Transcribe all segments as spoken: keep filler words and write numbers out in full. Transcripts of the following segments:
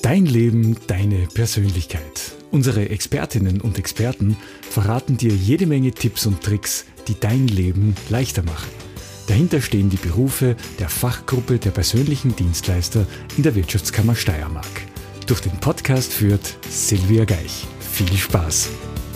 Dein Leben, deine Persönlichkeit. Unsere Expertinnen und Experten verraten dir jede Menge Tipps und Tricks, die dein Leben leichter machen. Dahinter stehen die Berufe der Fachgruppe der persönlichen Dienstleister in der Wirtschaftskammer Steiermark. Durch den Podcast führt Silvia Geich. Viel Spaß!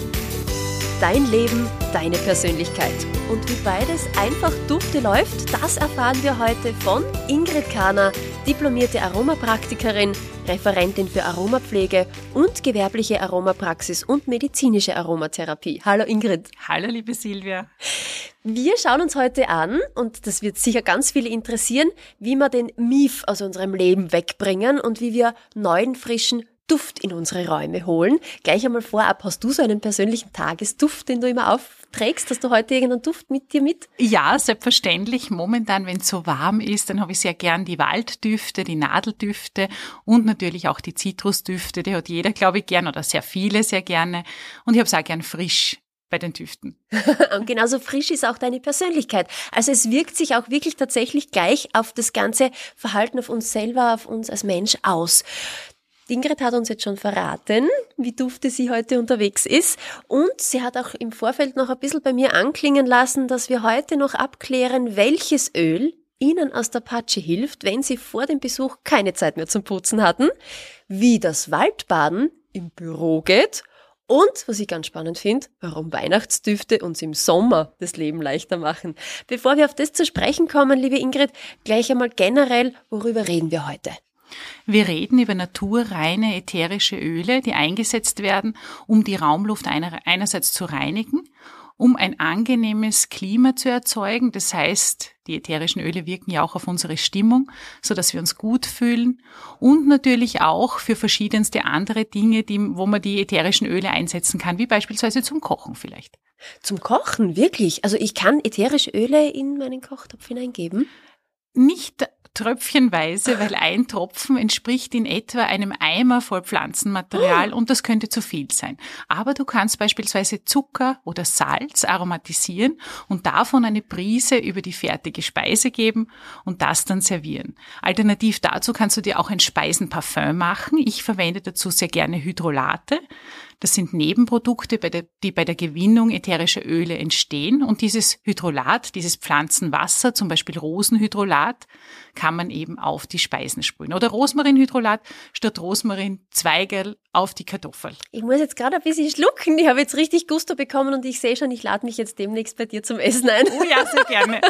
Dein Leben, deine Persönlichkeit. Und wie beides einfach dufte läuft, das erfahren wir heute von Ingrid Kahner, diplomierte Aromapraktikerin, Referentin für Aromapflege und gewerbliche Aromapraxis und medizinische Aromatherapie. Hallo Ingrid. Hallo liebe Silvia. Wir schauen uns heute an, und das wird sicher ganz viele interessieren, wie wir den Mief aus unserem Leben wegbringen und wie wir neuen, frischen Duft in unsere Räume holen. Gleich einmal vorab, hast du so einen persönlichen Tagesduft, den du immer aufträgst? Hast du heute irgendeinen Duft mit dir mit? Ja, selbstverständlich. Momentan, wenn es so warm ist, dann habe ich sehr gern die Walddüfte, die Nadeldüfte und natürlich auch die Zitrusdüfte. Die hat jeder, glaube ich, gern oder sehr viele sehr gerne. Und ich habe es auch gern frisch bei den Düften. Und genauso frisch ist auch deine Persönlichkeit. Also es wirkt sich auch wirklich tatsächlich gleich auf das ganze Verhalten, auf uns selber, auf uns als Mensch aus. Ingrid hat uns jetzt schon verraten, wie dufte sie heute unterwegs ist, und sie hat auch im Vorfeld noch ein bisschen bei mir anklingen lassen, dass wir heute noch abklären, welches Öl Ihnen aus der Patsche hilft, wenn Sie vor dem Besuch keine Zeit mehr zum Putzen hatten, wie das Waldbaden im Büro geht und, was ich ganz spannend finde, warum Weihnachtsdüfte uns im Sommer das Leben leichter machen. Bevor wir auf das zu sprechen kommen, liebe Ingrid, gleich einmal generell, worüber reden wir heute? Wir reden über naturreine ätherische Öle, die eingesetzt werden, um die Raumluft einer, einerseits zu reinigen, um ein angenehmes Klima zu erzeugen. Das heißt, die ätherischen Öle wirken ja auch auf unsere Stimmung, so dass wir uns gut fühlen, und natürlich auch für verschiedenste andere Dinge, die, wo man die ätherischen Öle einsetzen kann, wie beispielsweise zum Kochen vielleicht. Zum Kochen, wirklich? Also ich kann ätherische Öle in meinen Kochtopf hineingeben? Nicht tröpfchenweise, weil ein Tropfen entspricht in etwa einem Eimer voll Pflanzenmaterial, und das könnte zu viel sein. Aber du kannst beispielsweise Zucker oder Salz aromatisieren und davon eine Prise über die fertige Speise geben und das dann servieren. Alternativ dazu kannst du dir auch ein Speisenparfüm machen. Ich verwende dazu sehr gerne Hydrolate. Das sind Nebenprodukte, die bei der Gewinnung ätherischer Öle entstehen. Und dieses Hydrolat, dieses Pflanzenwasser, zum Beispiel Rosenhydrolat, kann man eben auf die Speisen sprühen. Oder Rosmarinhydrolat statt Rosmarinzweigerl auf die Kartoffel. Ich muss jetzt gerade ein bisschen schlucken. Ich habe jetzt richtig Gusto bekommen und ich sehe schon, ich lade mich jetzt demnächst bei dir zum Essen ein. Oh ja, sehr gerne.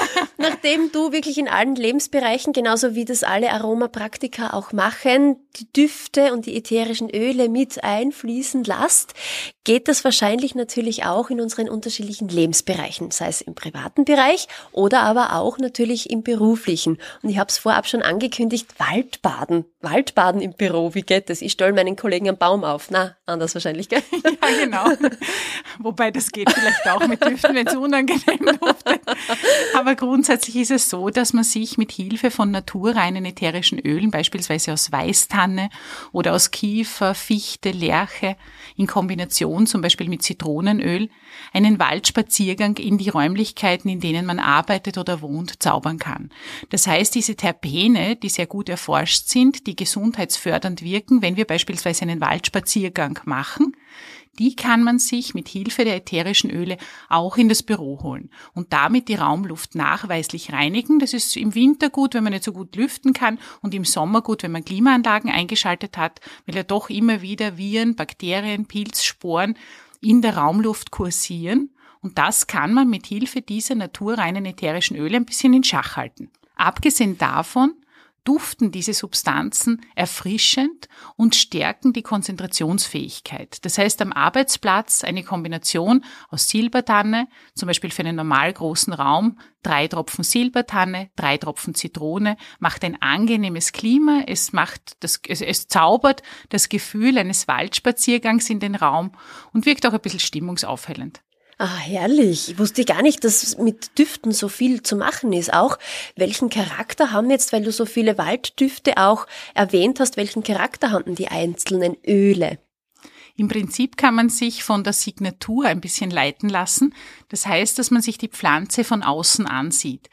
Nachdem du wirklich in allen Lebensbereichen, genauso wie das alle Aromapraktiker auch machen, die Düfte und die ätherischen Öle mit einfließen lasst, geht das wahrscheinlich natürlich auch in unseren unterschiedlichen Lebensbereichen, sei es im privaten Bereich oder aber auch natürlich im beruflichen. Und ich habe es vorab schon angekündigt, Waldbaden. Waldbaden im Büro, wie geht das? Ich stelle meinen Kollegen einen Baum auf. Na, anders wahrscheinlich, gell? Ja, genau. Wobei das geht vielleicht auch mit Düften, wenn es unangenehm duftet. Aber grundsätzlich ist es so, dass man sich mit Hilfe von naturreinen ätherischen Ölen, beispielsweise aus Weißtanne oder aus Kiefer, Fichte, Lärche, in Kombination zum Beispiel mit Zitronenöl, einen Waldspaziergang in die Räumlichkeiten, in denen man arbeitet oder wohnt, zaubern kann. Das heißt, diese Terpene, die sehr gut erforscht sind, die gesundheitsfördernd wirken, wenn wir beispielsweise einen Waldspaziergang machen, die kann man sich mit Hilfe der ätherischen Öle auch in das Büro holen und damit die Raumluft nachweislich reinigen. Das ist im Winter gut, wenn man nicht so gut lüften kann, und im Sommer gut, wenn man Klimaanlagen eingeschaltet hat, weil ja doch immer wieder Viren, Bakterien, Pilz, Sporen in der Raumluft kursieren. Und das kann man mit Hilfe dieser naturreinen ätherischen Öle ein bisschen in Schach halten. Abgesehen davon duften diese Substanzen erfrischend und stärken die Konzentrationsfähigkeit. Das heißt, am Arbeitsplatz eine Kombination aus Silbertanne, zum Beispiel für einen normal großen Raum, drei Tropfen Silbertanne, drei Tropfen Zitrone, macht ein angenehmes Klima, es macht das, es, es zaubert das Gefühl eines Waldspaziergangs in den Raum und wirkt auch ein bisschen stimmungsaufhellend. Ah, herrlich. Ich wusste gar nicht, dass mit Düften so viel zu machen ist. Auch welchen Charakter haben jetzt, weil du so viele Walddüfte auch erwähnt hast, welchen Charakter haben die einzelnen Öle? Im Prinzip kann man sich von der Signatur ein bisschen leiten lassen. Das heißt, dass man sich die Pflanze von außen ansieht.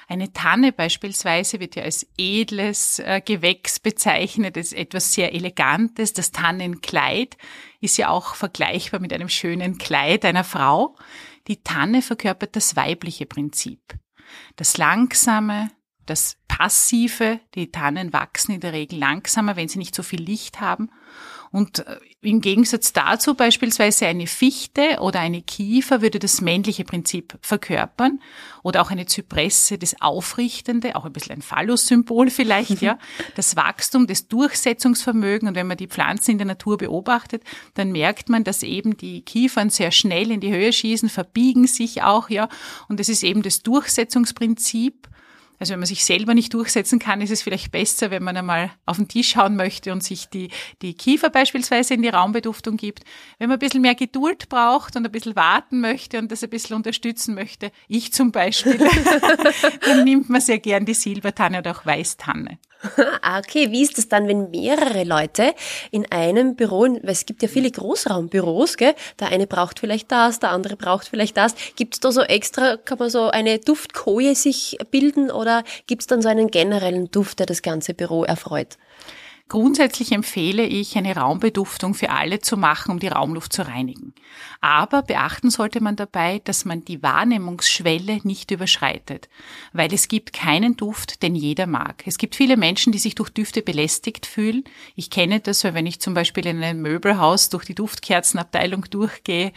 Eine Tanne beispielsweise wird ja als edles äh, Gewächs bezeichnet, als etwas sehr Elegantes. Das Tannenkleid ist ja auch vergleichbar mit einem schönen Kleid einer Frau. Die Tanne verkörpert das weibliche Prinzip. Das Langsame, das Passive. Die Tannen wachsen in der Regel langsamer, wenn sie nicht so viel Licht haben. Und im Gegensatz dazu beispielsweise eine Fichte oder eine Kiefer würde das männliche Prinzip verkörpern oder auch eine Zypresse, das Aufrichtende, auch ein bisschen ein Phallus-Symbol vielleicht, ja, das Wachstum, das Durchsetzungsvermögen. Und wenn man die Pflanzen in der Natur beobachtet, dann merkt man, dass eben die Kiefern sehr schnell in die Höhe schießen, verbiegen sich auch, ja, und das ist eben das Durchsetzungsprinzip. Also wenn man sich selber nicht durchsetzen kann, ist es vielleicht besser, wenn man einmal auf den Tisch schauen möchte und sich die, die Kiefer beispielsweise in die Raumbeduftung gibt. Wenn man ein bisschen mehr Geduld braucht und ein bisschen warten möchte und das ein bisschen unterstützen möchte, ich zum Beispiel, dann nimmt man sehr gern die Silbertanne oder auch Weißtanne. Ah, okay. Wie ist das dann, wenn mehrere Leute in einem Büro, weil es gibt ja viele Großraumbüros, gell? Der eine braucht vielleicht das, der andere braucht vielleicht das. Gibt es da so extra, kann man so eine Duftkoje sich bilden oder gibt es dann so einen generellen Duft, der das ganze Büro erfreut? Grundsätzlich empfehle ich, eine Raumbeduftung für alle zu machen, um die Raumluft zu reinigen. Aber beachten sollte man dabei, dass man die Wahrnehmungsschwelle nicht überschreitet, weil es gibt keinen Duft, den jeder mag. Es gibt viele Menschen, die sich durch Düfte belästigt fühlen. Ich kenne das, weil wenn ich zum Beispiel in einem Möbelhaus durch die Duftkerzenabteilung durchgehe,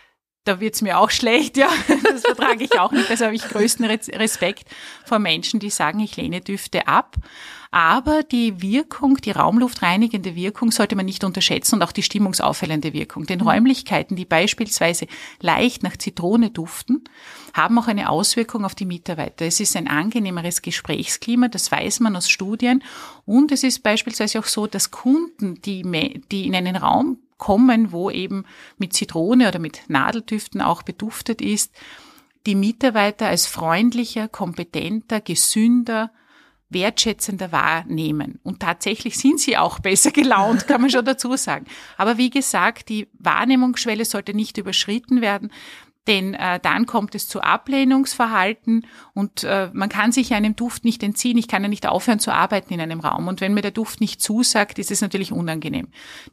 da wird's mir auch schlecht, ja, das vertrage ich auch nicht. Also habe ich größten Respekt vor Menschen, die sagen, ich lehne Düfte ab. Aber die Wirkung, die raumluftreinigende Wirkung sollte man nicht unterschätzen und auch die stimmungsaufhellende Wirkung. Denn Räumlichkeiten, die beispielsweise leicht nach Zitrone duften, haben auch eine Auswirkung auf die Mitarbeiter. Es ist ein angenehmeres Gesprächsklima, das weiß man aus Studien. Und es ist beispielsweise auch so, dass Kunden, die, die in einen Raum kommen, wo eben mit Zitrone oder mit Nadeldüften auch beduftet ist, die Mitarbeiter als freundlicher, kompetenter, gesünder, wertschätzender wahrnehmen. Und tatsächlich sind sie auch besser gelaunt, kann man schon dazu sagen. Aber wie gesagt, die Wahrnehmungsschwelle sollte nicht überschritten werden, denn äh, dann kommt es zu Ablehnungsverhalten und äh, man kann sich einem Duft nicht entziehen. Ich kann ja nicht aufhören zu arbeiten in einem Raum. Und wenn mir der Duft nicht zusagt, ist es natürlich unangenehm.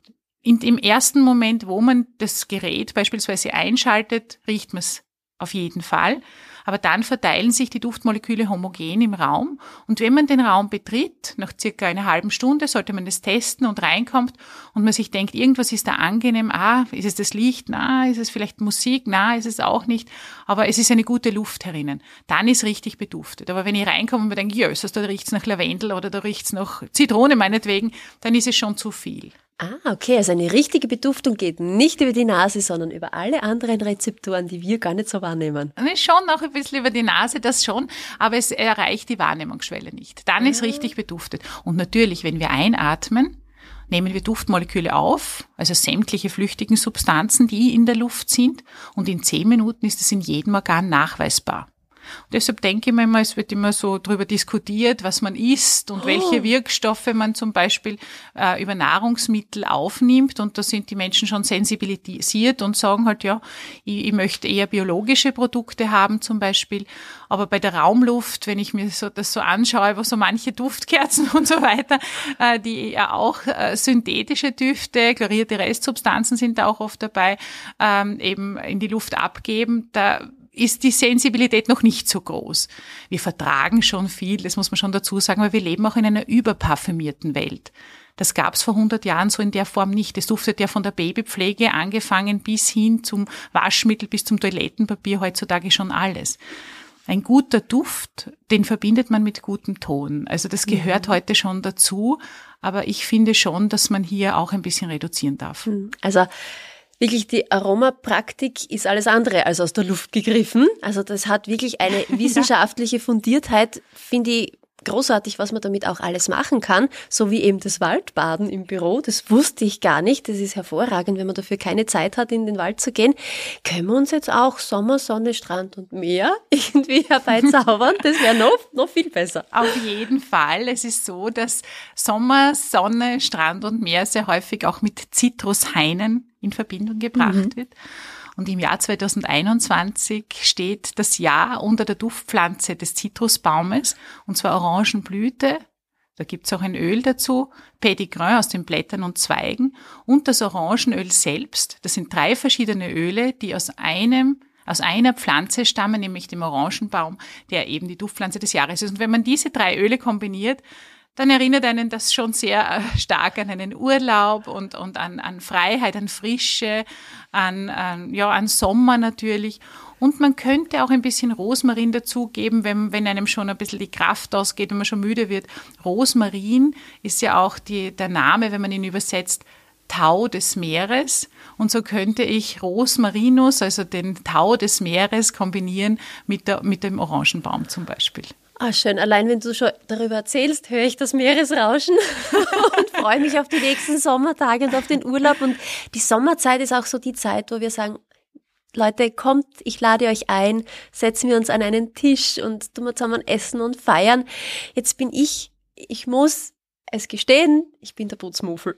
In dem ersten Moment, wo man das Gerät beispielsweise einschaltet, riecht man es auf jeden Fall. Aber dann verteilen sich die Duftmoleküle homogen im Raum. Und wenn man den Raum betritt, nach circa einer halben Stunde, sollte man das testen und reinkommt und man sich denkt, irgendwas ist da angenehm. Ah, ist es das Licht? Na, ist es vielleicht Musik? Na, ist es auch nicht. Aber es ist eine gute Luft herinnen. Dann ist richtig beduftet. Aber wenn ich reinkomme und mir denke, jösses, da riecht's nach Lavendel oder da riecht's nach Zitrone meinetwegen, dann ist es schon zu viel. Ah, okay, also eine richtige Beduftung geht nicht über die Nase, sondern über alle anderen Rezeptoren, die wir gar nicht so wahrnehmen. Schon noch ein bisschen über die Nase, das schon, aber es erreicht die Wahrnehmungsschwelle nicht. Dann ah. ist richtig beduftet. Und natürlich, wenn wir einatmen, nehmen wir Duftmoleküle auf, also sämtliche flüchtigen Substanzen, die in der Luft sind, und in zehn Minuten ist es in jedem Organ nachweisbar. Und deshalb denke ich mir immer, es wird immer so drüber diskutiert, was man isst und oh. welche Wirkstoffe man zum Beispiel äh, über Nahrungsmittel aufnimmt. Und da sind die Menschen schon sensibilisiert und sagen halt, ja, ich, ich möchte eher biologische Produkte haben zum Beispiel. Aber bei der Raumluft, wenn ich mir so das so anschaue, wo so manche Duftkerzen und so weiter, äh, die ja auch äh, synthetische Düfte, chlorierte Restsubstanzen sind da auch oft dabei, ähm, eben in die Luft abgeben, da ist die Sensibilität noch nicht so groß. Wir vertragen schon viel, das muss man schon dazu sagen, weil wir leben auch in einer überparfümierten Welt. Das gab es vor hundert Jahren so in der Form nicht. Es duftet ja von der Babypflege angefangen bis hin zum Waschmittel, bis zum Toilettenpapier, heutzutage schon alles. Ein guter Duft, den verbindet man mit gutem Ton. Also das gehört mhm. heute schon dazu, aber ich finde schon, dass man hier auch ein bisschen reduzieren darf. Also wirklich, die Aromapraktik ist alles andere als aus der Luft gegriffen. Also das hat wirklich eine wissenschaftliche Fundiertheit, finde ich großartig, was man damit auch alles machen kann. So wie eben das Waldbaden im Büro, das wusste ich gar nicht. Das ist hervorragend, wenn man dafür keine Zeit hat, in den Wald zu gehen. Können wir uns jetzt auch Sommer, Sonne, Strand und Meer irgendwie herbeizaubern? Das wäre noch, noch viel besser. Auf jeden Fall. Es ist so, dass Sommer, Sonne, Strand und Meer sehr häufig auch mit Zitrushainen in Verbindung gebracht mhm. wird. Und im Jahr zweitausendeinundzwanzig steht das Jahr unter der Duftpflanze des Zitrusbaumes, und zwar Orangenblüte. Da gibt's auch ein Öl dazu, Petitgrain aus den Blättern und Zweigen und das Orangenöl selbst. Das sind drei verschiedene Öle, die aus einem, aus einer Pflanze stammen, nämlich dem Orangenbaum, der eben die Duftpflanze des Jahres ist. Und wenn man diese drei Öle kombiniert, dann erinnert einen das schon sehr stark an einen Urlaub und, und an, an Freiheit, an Frische, an, an, ja, an Sommer natürlich. Und man könnte auch ein bisschen Rosmarin dazugeben, wenn, wenn einem schon ein bisschen die Kraft ausgeht, wenn man schon müde wird. Rosmarin ist ja auch die, der Name, wenn man ihn übersetzt, Tau des Meeres. Und so könnte ich Rosmarinus, also den Tau des Meeres, kombinieren mit, der, mit dem Orangenbaum zum Beispiel. Ah, schön. Allein wenn du schon darüber erzählst, höre ich das Meeresrauschen und freue mich auf die nächsten Sommertage und auf den Urlaub. Und die Sommerzeit ist auch so die Zeit, wo wir sagen, Leute, kommt, ich lade euch ein, setzen wir uns an einen Tisch und tun wir zusammen essen und feiern. Jetzt bin ich, ich muss es gestehen, ich bin der Putzmuffel.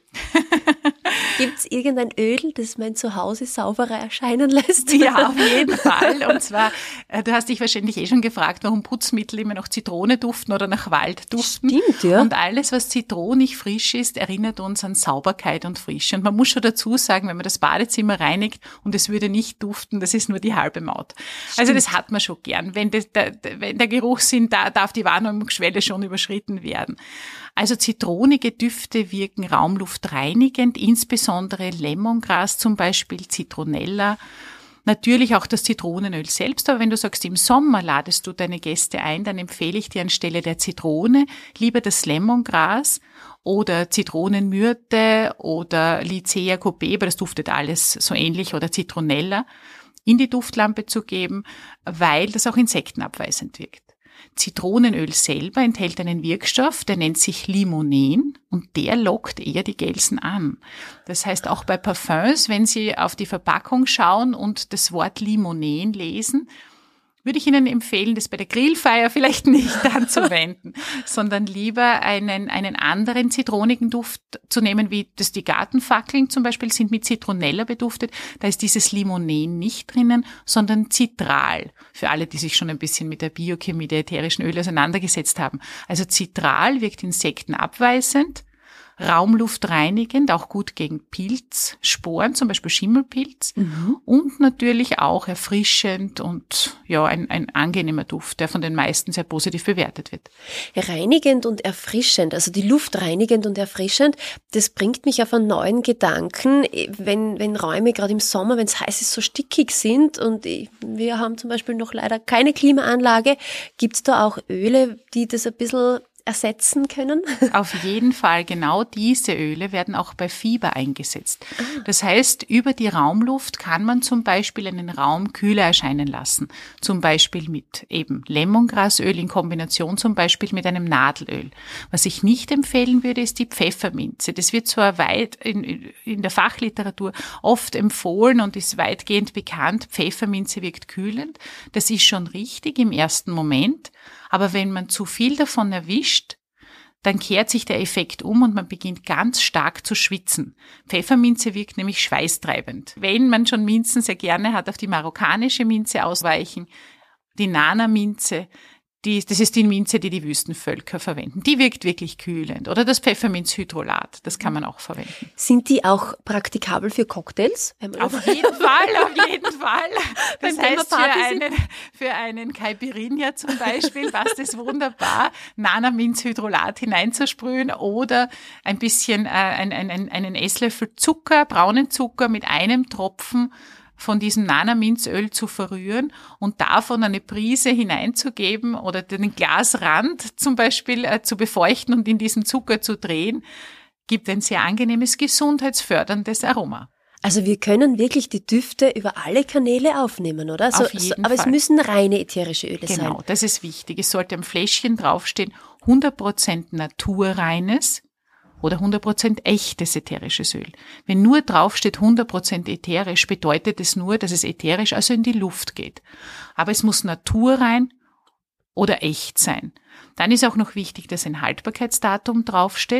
Gibt's irgendein Öl, das mein Zuhause sauberer erscheinen lässt? Ja, auf jeden Fall. Und zwar, du hast dich wahrscheinlich eh schon gefragt, warum Putzmittel immer nach Zitrone duften oder nach Wald duften. Stimmt, ja. Und alles, was zitronig frisch ist, erinnert uns an Sauberkeit und Frische. Und man muss schon dazu sagen, wenn man das Badezimmer reinigt und es würde nicht duften, das ist nur die halbe Maut. Stimmt. Also das hat man schon gern. Wenn, das, der, wenn der Geruchssinn, da darf die Wahrnehmungsschwelle schon überschritten werden. Also zitronige Düfte wirken raumluftreinigend, insbesondere Lemongras zum Beispiel, Zitronella, natürlich auch das Zitronenöl selbst. Aber wenn du sagst, im Sommer ladest du deine Gäste ein, dann empfehle ich dir anstelle der Zitrone lieber das Lemongras oder Zitronenmyrte oder Lycea copaiba, das duftet alles so ähnlich, oder Zitronella, in die Duftlampe zu geben, weil das auch insektenabweisend wirkt. Zitronenöl selber enthält einen Wirkstoff, der nennt sich Limonen und der lockt eher die Gelsen an. Das heißt, auch bei Parfums, wenn Sie auf die Verpackung schauen und das Wort Limonen lesen, würde ich Ihnen empfehlen, das bei der Grillfeier vielleicht nicht anzuwenden, sondern lieber einen, einen anderen zitronigen Duft zu nehmen, wie das die Gartenfackeln zum Beispiel sind mit Zitronella beduftet. Da ist dieses Limonen nicht drinnen, sondern Citral. Für alle, die sich schon ein bisschen mit der Biochemie der ätherischen Öle auseinandergesetzt haben. Also Citral wirkt insektenabweisend, raumluftreinigend, auch gut gegen Pilzsporen, zum Beispiel Schimmelpilz, mhm. und natürlich auch erfrischend und ja ein, ein angenehmer Duft, der von den meisten sehr positiv bewertet wird. Reinigend und erfrischend, also die Luft reinigend und erfrischend, das bringt mich auf einen neuen Gedanken, wenn, wenn Räume gerade im Sommer, wenn es heiß ist, so stickig sind und wir haben zum Beispiel noch leider keine Klimaanlage, gibt es da auch Öle, die das ein bisschen ersetzen können? Auf jeden Fall. Genau diese Öle werden auch bei Fieber eingesetzt. Ah. Das heißt, über die Raumluft kann man zum Beispiel einen Raum kühler erscheinen lassen. Zum Beispiel mit eben Lemongrasöl in Kombination zum Beispiel mit einem Nadelöl. Was ich nicht empfehlen würde, ist die Pfefferminze. Das wird zwar weit in, in der Fachliteratur oft empfohlen und ist weitgehend bekannt. Pfefferminze wirkt kühlend. Das ist schon richtig im ersten Moment. Aber wenn man zu viel davon erwischt, dann kehrt sich der Effekt um und man beginnt ganz stark zu schwitzen. Pfefferminze wirkt nämlich schweißtreibend. Wenn man schon Minzen sehr gerne hat, auf die marokkanische Minze ausweichen, die Nana-Minze, die, das ist die Minze, die die Wüstenvölker verwenden. Die wirkt wirklich kühlend. Oder das Pfefferminzhydrolat, das kann man auch verwenden. Sind die auch praktikabel für Cocktails? Auf jeden Fall, auf jeden Fall. Das heißt, für einen, für einen Caipirinha zum Beispiel passt es wunderbar, Nana-Minzhydrolat hineinzusprühen oder ein bisschen äh, ein, ein, einen Esslöffel Zucker, braunen Zucker mit einem Tropfen von diesem Nana-Minzöl zu verrühren und davon eine Prise hineinzugeben oder den Glasrand zum Beispiel äh, zu befeuchten und in diesem Zucker zu drehen, gibt ein sehr angenehmes, gesundheitsförderndes Aroma. Also wir können wirklich die Düfte über alle Kanäle aufnehmen, oder? Also, Auf jeden aber Fall. Es müssen reine ätherische Öle genau, sein. Genau, das ist wichtig. Es sollte am Fläschchen draufstehen hundert Prozent naturreines oder hundert Prozent echtes ätherisches Öl. Wenn nur draufsteht hundert Prozent ätherisch, bedeutet es nur, dass es ätherisch, also in die Luft geht. Aber es muss naturrein oder echt sein. Dann ist auch noch wichtig, dass ein Haltbarkeitsdatum draufsteht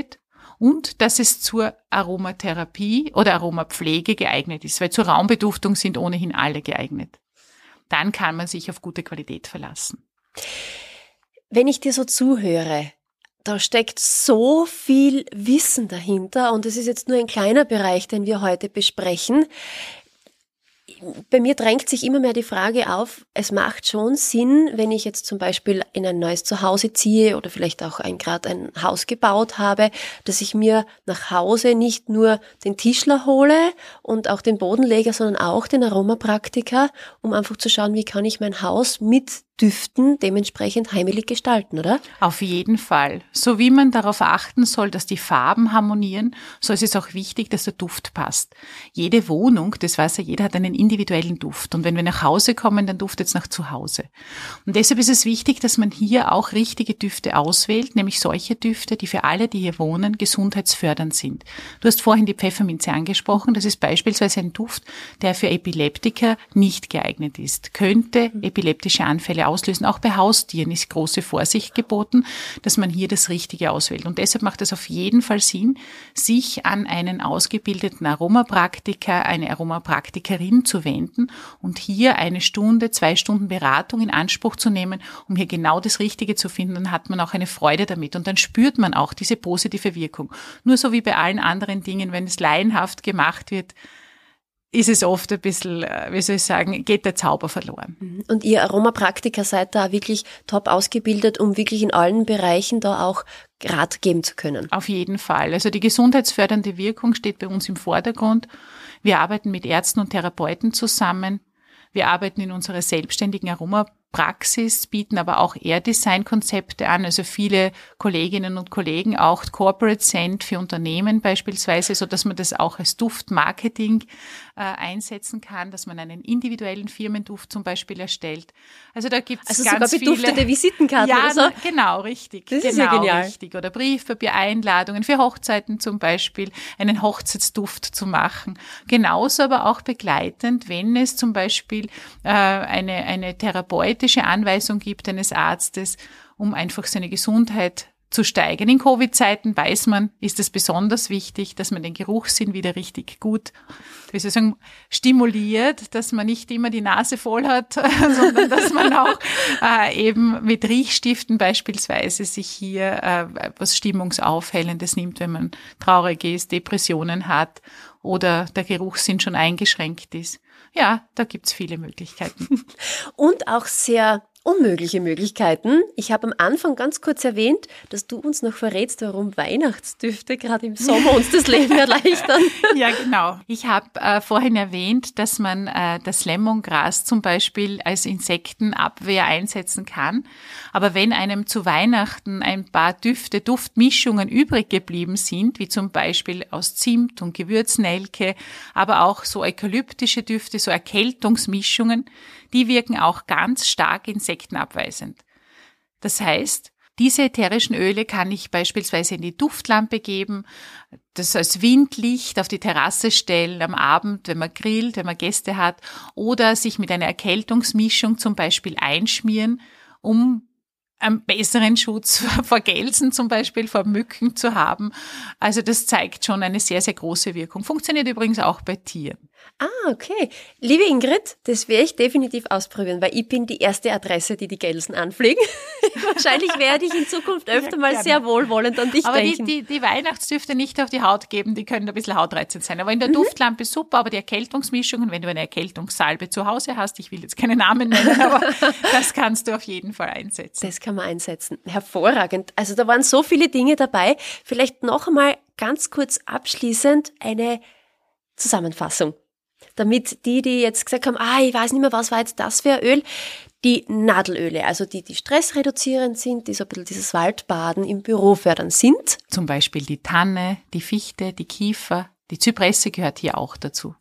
und dass es zur Aromatherapie oder Aromapflege geeignet ist, weil zur Raumbeduftung sind ohnehin alle geeignet. Dann kann man sich auf gute Qualität verlassen. Wenn ich dir so zuhöre, da steckt so viel Wissen dahinter und es ist jetzt nur ein kleiner Bereich, den wir heute besprechen. Bei mir drängt sich immer mehr die Frage auf, es macht schon Sinn, wenn ich jetzt zum Beispiel in ein neues Zuhause ziehe oder vielleicht auch ein, gerade ein Haus gebaut habe, dass ich mir nach Hause nicht nur den Tischler hole und auch den Bodenleger, sondern auch den Aromapraktiker, um einfach zu schauen, wie kann ich mein Haus mit Düften dementsprechend heimelig gestalten, oder? Auf jeden Fall. So wie man darauf achten soll, dass die Farben harmonieren, so ist es auch wichtig, dass der Duft passt. Jede Wohnung, das weiß ja jeder, hat einen individuellen Duft. Und wenn wir nach Hause kommen, dann duftet es nach zu Hause. Und deshalb ist es wichtig, dass man hier auch richtige Düfte auswählt, nämlich solche Düfte, die für alle, die hier wohnen, gesundheitsfördernd sind. Du hast vorhin die Pfefferminze angesprochen. Das ist beispielsweise ein Duft, der für Epileptiker nicht geeignet ist. Könnte epileptische Anfälle auslösen. Auch bei Haustieren ist große Vorsicht geboten, dass man hier das Richtige auswählt. Und deshalb macht es auf jeden Fall Sinn, sich an einen ausgebildeten Aromapraktiker, eine Aromapraktikerin zu wenden und hier eine Stunde, zwei Stunden Beratung in Anspruch zu nehmen, um hier genau das Richtige zu finden. Dann hat man auch eine Freude damit und dann spürt man auch diese positive Wirkung. Nur so wie bei allen anderen Dingen, wenn es laienhaft gemacht wird, ist es oft ein bisschen, wie soll ich sagen, geht der Zauber verloren. Und ihr Aromapraktiker seid da wirklich top ausgebildet, um wirklich in allen Bereichen da auch Rat geben zu können. Auf jeden Fall. Also die gesundheitsfördernde Wirkung steht bei uns im Vordergrund. Wir arbeiten mit Ärzten und Therapeuten zusammen. Wir arbeiten in unserer selbstständigen Aromapraxis, bieten aber auch Air-Design-Konzepte an. Also viele Kolleginnen und Kollegen, auch Corporate Scent für Unternehmen beispielsweise, so dass man das auch als Duftmarketing äh, einsetzen kann, dass man einen individuellen Firmenduft zum Beispiel erstellt. Also da gibt's also ganz sogar beduftete viele Visitenkarten ja, oder so? Genau, richtig. Das genau, ist ja genial. Richtig. Oder Briefpapier, Einladungen für Hochzeiten zum Beispiel, einen Hochzeitsduft zu machen. Genauso aber auch begleitend, wenn es zum Beispiel äh, eine, eine therapeutische Anweisung gibt eines Arztes, um einfach seine Gesundheit zu steigern. In Covid-Zeiten weiß man, ist es besonders wichtig, dass man den Geruchssinn wieder richtig gut, wie soll ich sagen, stimuliert, dass man nicht immer die Nase voll hat, sondern dass man auch äh, eben mit Riechstiften beispielsweise sich hier äh, was Stimmungsaufhellendes nimmt, wenn man traurig ist, Depressionen hat oder der Geruchssinn schon eingeschränkt ist. Ja, da gibt's viele Möglichkeiten. Und auch sehr unmögliche Möglichkeiten. Ich habe am Anfang ganz kurz erwähnt, dass du uns noch verrätst, warum Weihnachtsdüfte gerade im Sommer uns das Leben erleichtern. Ja, genau. Ich habe äh, vorhin erwähnt, dass man äh, das Lemongras zum Beispiel als Insektenabwehr einsetzen kann. Aber wenn einem zu Weihnachten ein paar Düfte, Duftmischungen übrig geblieben sind, wie zum Beispiel aus Zimt und Gewürznelke, aber auch so eukalyptische Düfte, so Erkältungsmischungen, die wirken auch ganz stark insektenabweisend. Das heißt, diese ätherischen Öle kann ich beispielsweise in die Duftlampe geben, das als Windlicht auf die Terrasse stellen am Abend, wenn man grillt, wenn man Gäste hat, oder sich mit einer Erkältungsmischung zum Beispiel einschmieren, um einen besseren Schutz vor Gelsen zum Beispiel, vor Mücken zu haben. Also das zeigt schon eine sehr, sehr große Wirkung. Funktioniert übrigens auch bei Tieren. Ah, okay. Liebe Ingrid, das werde ich definitiv ausprobieren, weil ich bin die erste Adresse, die die Gelsen anfliegen. Wahrscheinlich werde ich in Zukunft öfter ja, mal sehr wohlwollend an dich aber denken. Aber die, die, die Weihnachtsdüfte nicht auf die Haut geben, die können ein bisschen hautreizend sein. Aber in der mhm. Duftlampe super, aber die Erkältungsmischungen, wenn du eine Erkältungssalbe zu Hause hast, ich will jetzt keine Namen nennen, aber das kannst du auf jeden Fall einsetzen. Das kann man einsetzen. Hervorragend. Also da waren so viele Dinge dabei. Vielleicht noch einmal ganz kurz abschließend eine Zusammenfassung. Damit die, die jetzt gesagt haben, ah, ich weiß nicht mehr, was war jetzt das für ein Öl, die Nadelöle, also die, die stressreduzierend sind, die so ein bisschen dieses Waldbaden im Büro fördern sind. Zum Beispiel die Tanne, die Fichte, die Kiefer, die Zypresse gehört hier auch dazu.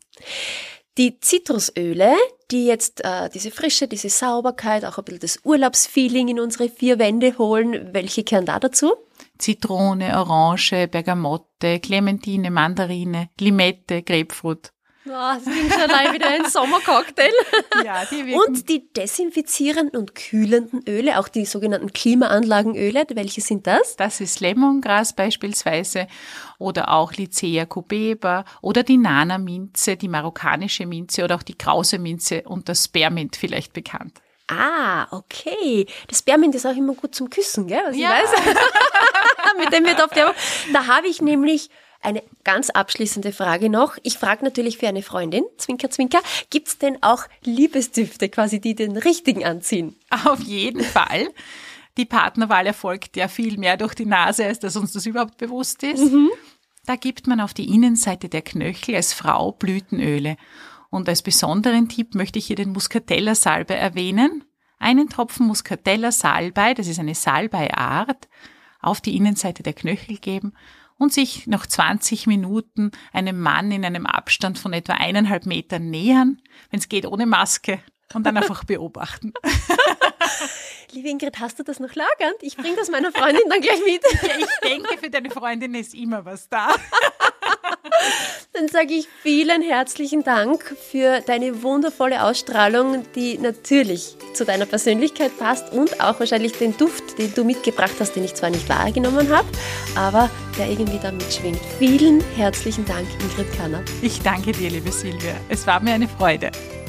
Die Zitrusöle, die jetzt äh, diese Frische, diese Sauberkeit, auch ein bisschen das Urlaubsfeeling in unsere vier Wände holen, welche gehören da dazu? Zitrone, Orange, Bergamotte, Clementine, Mandarine, Limette, Grapefruit. Oh, das klingt schon allein wieder ein Sommercocktail. Ja, die wirken. Und die desinfizierenden und kühlenden Öle, auch die sogenannten Klimaanlagenöle, welche sind das? Das ist Lemongras beispielsweise oder auch Lycea cubeba oder die Nana-Minze, die marokkanische Minze oder auch die Krause-Minze und das Spearmint vielleicht bekannt. Ah, okay. Das Spearmint ist auch immer gut zum Küssen, gell? Was Ja. ich weiß. Mit dem wird oft ja. Da habe ich nämlich eine ganz abschließende Frage noch. Ich frage natürlich für eine Freundin, Zwinker, Zwinker, gibt es denn auch Liebesdüfte quasi, die den richtigen anziehen? Auf jeden Fall. Die Partnerwahl erfolgt ja viel mehr durch die Nase, als dass uns das überhaupt bewusst ist. Mhm. Da gibt man auf die Innenseite der Knöchel als Frau Blütenöle. Und als besonderen Tipp möchte ich hier den Muscatella-Salbei erwähnen. Einen Tropfen Muscatella-Salbei, das ist eine Salbeiart, auf die Innenseite der Knöchel geben und sich nach zwanzig Minuten einem Mann in einem Abstand von etwa eineinhalb Metern nähern, wenn es geht ohne Maske, und dann einfach beobachten. Liebe Ingrid, hast du das noch lagernd? Ich bringe das meiner Freundin dann gleich mit. Ja, ich denke, für deine Freundin ist immer was da. Dann sage ich vielen herzlichen Dank für deine wundervolle Ausstrahlung, die natürlich zu deiner Persönlichkeit passt und auch wahrscheinlich den Duft, den du mitgebracht hast, den ich zwar nicht wahrgenommen habe, aber der irgendwie da mitschwingt. Vielen herzlichen Dank, Ingrid Kanner. Ich danke dir, liebe Silvia. Es war mir eine Freude.